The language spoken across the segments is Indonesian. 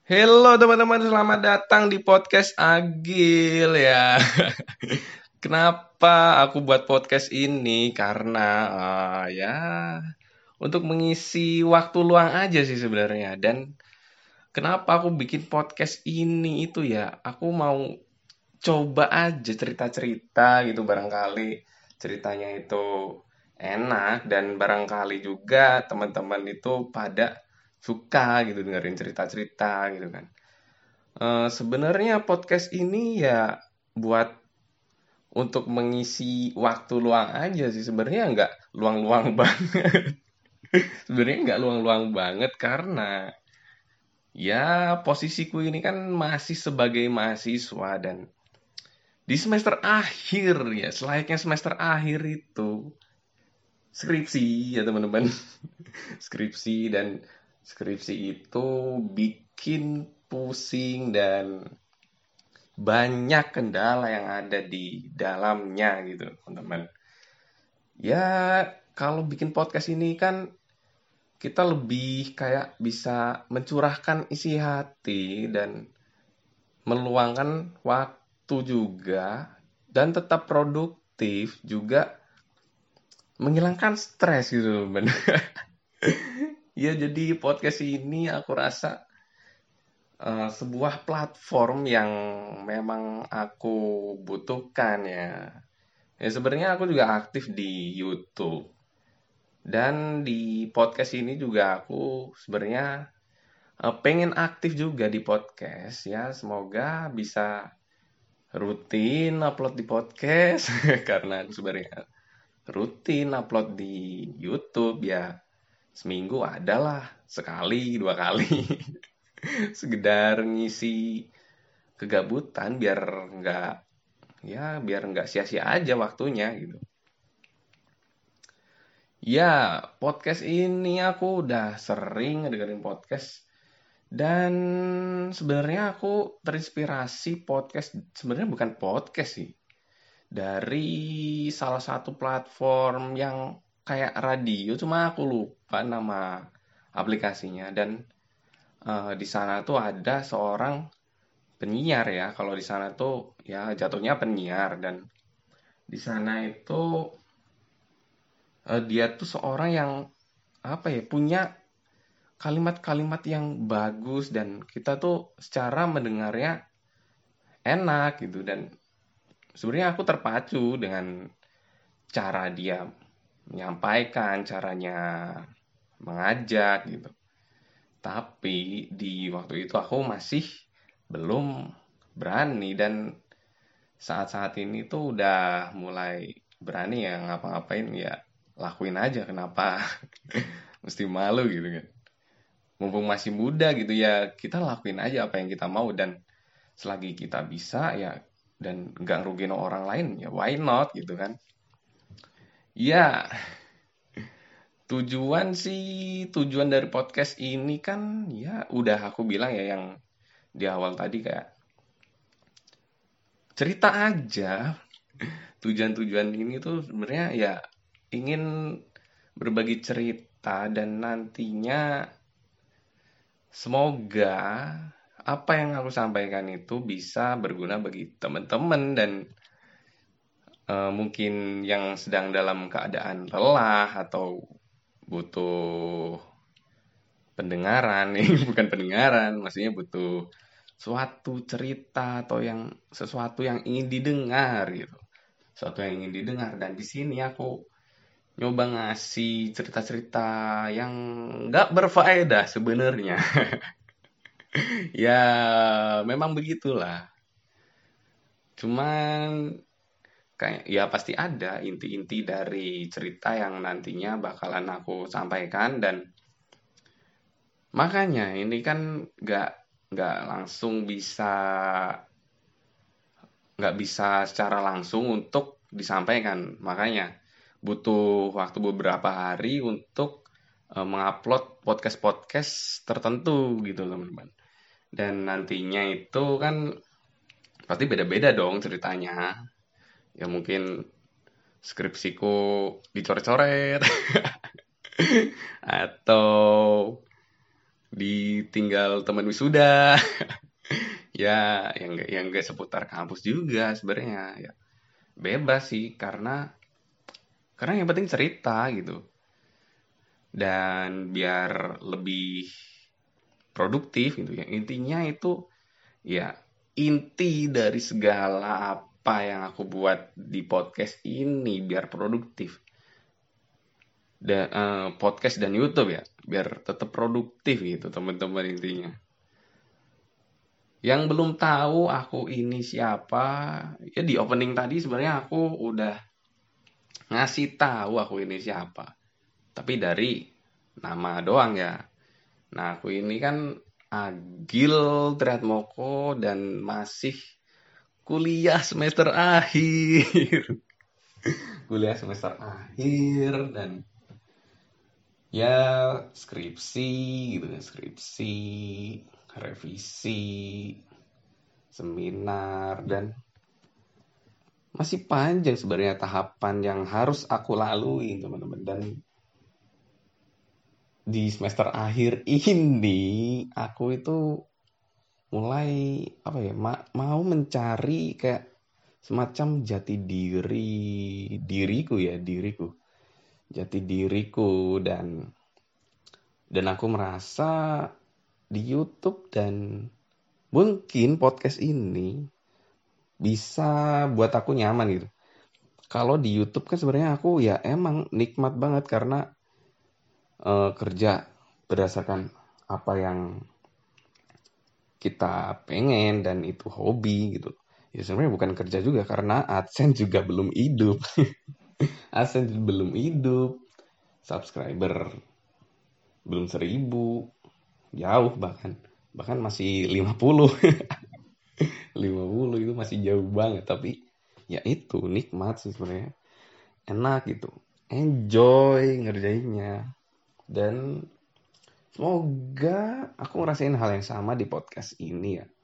Halo teman-teman, selamat datang di podcast Agil ya. Kenapa aku buat podcast ini? Karena ya untuk mengisi waktu luang aja sih sebenarnya. Dan kenapa aku bikin podcast ini itu ya, aku mau coba aja cerita-cerita gitu, barangkali ceritanya itu enak dan barangkali juga teman-teman itu pada suka gitu dengerin cerita-cerita gitu kan. Sebenarnya podcast ini ya buat untuk mengisi waktu luang aja sih. Sebenarnya nggak luang-luang banget. Sebenarnya nggak luang-luang banget karena ya posisiku ini kan masih sebagai mahasiswa dan di semester akhir ya, selayaknya semester akhir itu skripsi ya teman-teman. Skripsi dan skripsi itu bikin pusing dan banyak kendala yang ada di dalamnya gitu, teman-teman. Ya, kalau bikin podcast ini kan kita lebih kayak bisa mencurahkan isi hati dan meluangkan waktu juga dan tetap produktif juga menghilangkan stres gitu, teman. Ya, jadi podcast ini aku rasa sebuah platform yang memang aku butuhkan ya. Ya sebenarnya aku juga aktif di YouTube dan di podcast ini juga aku sebenarnya pengen aktif juga di podcast ya. Semoga bisa rutin upload di podcast karena aku sebenarnya rutin upload di YouTube ya. Seminggu adalah sekali, dua kali. Sekedar ngisi kegabutan biar nggak sia-sia aja waktunya gitu. Ya, podcast ini aku udah sering dengerin podcast dan sebenarnya aku terinspirasi podcast sebenarnya bukan podcast sih. Dari salah satu platform yang kayak radio cuma aku lupa nama aplikasinya dan di sana tuh ada seorang penyiar ya. Kalau di sana tuh ya jatuhnya penyiar dan di sana itu dia tuh seorang yang apa ya punya kalimat-kalimat yang bagus dan kita tuh secara mendengarnya enak gitu dan sebenarnya aku terpacu dengan cara dia menyampaikan, caranya mengajak gitu. Tapi di waktu itu aku masih belum berani dan saat-saat ini tuh udah mulai berani ya ngapa-ngapain ya lakuin aja kenapa mesti malu gitu kan. Mumpung masih muda gitu ya kita lakuin aja apa yang kita mau dan selagi kita bisa ya dan nggak ngerugiin orang lain ya why not gitu kan. Ya, tujuan dari podcast ini kan ya udah aku bilang ya yang di awal tadi kayak cerita aja. Tujuan-tujuan ini tuh sebenarnya ya ingin berbagi cerita dan nantinya semoga apa yang aku sampaikan itu bisa berguna bagi teman-teman dan mungkin yang sedang dalam keadaan lelah atau butuh pendengaran nih, bukan pendengaran, maksudnya butuh suatu cerita atau sesuatu yang ingin didengar gitu. Sesuatu yang ingin didengar dan di sini aku nyoba ngasih cerita-cerita yang nggak berfaedah sebenarnya. Ya, memang begitulah. Cuman kayak ya pasti ada inti-inti dari cerita yang nantinya bakalan aku sampaikan dan makanya ini kan nggak langsung nggak bisa secara langsung untuk disampaikan. Makanya butuh waktu beberapa hari untuk mengupload podcast-podcast tertentu gitu teman-teman. Dan nantinya itu kan pasti beda-beda dong ceritanya. Ya mungkin skripsiku dicoret-coret atau ditinggal teman wisuda. Ya, yang enggak seputar kampus juga sebenarnya ya. Bebas sih karena yang penting cerita gitu. Dan biar lebih produktif gitu ya. Intinya itu ya inti dari segala apa yang aku buat di podcast ini biar produktif. Dan podcast dan YouTube ya, biar tetap produktif gitu teman-teman intinya. Yang belum tahu aku ini siapa, ya di opening tadi sebenarnya aku udah ngasih tahu aku ini siapa. Tapi dari nama doang ya. Nah, aku ini kan Agil Triatmoko dan masih kuliah semester akhir. Kuliah semester akhir dan ya skripsi gitu ya, skripsi, revisi, seminar dan masih panjang sebenarnya tahapan yang harus aku lalui teman-teman. Dan di semester akhir ini aku itu mulai apa ya mau mencari kayak semacam jati diriku jati diriku dan aku merasa di YouTube dan mungkin podcast ini bisa buat aku nyaman gitu. Kalau di YouTube kan sebenarnya aku ya emang nikmat banget karena kerja berdasarkan apa yang kita pengen dan itu hobi gitu. Ya sebenarnya bukan kerja juga karena AdSense juga belum hidup. AdSense belum hidup, subscriber belum 1.000, jauh bahkan masih 50. 50 itu masih jauh banget, tapi ya itu nikmat sih sebenarnya. Enak gitu. Enjoy ngerjainnya. Dan semoga aku ngerasain hal yang sama di podcast ini ya.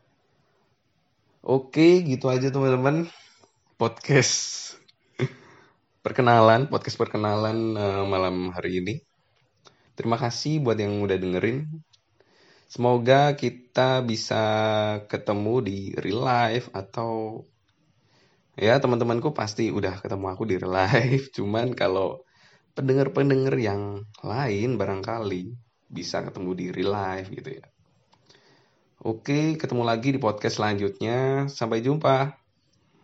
Oke, gitu aja teman-teman. Podcast podcast perkenalan malam hari ini. Terima kasih buat yang udah dengerin. Semoga kita bisa ketemu di real life atau ya teman-temanku pasti udah ketemu aku di real life. Cuman kalau pendengar-pendengar yang lain barangkali bisa ketemu di real life gitu ya. Oke, ketemu lagi di podcast selanjutnya. Sampai jumpa.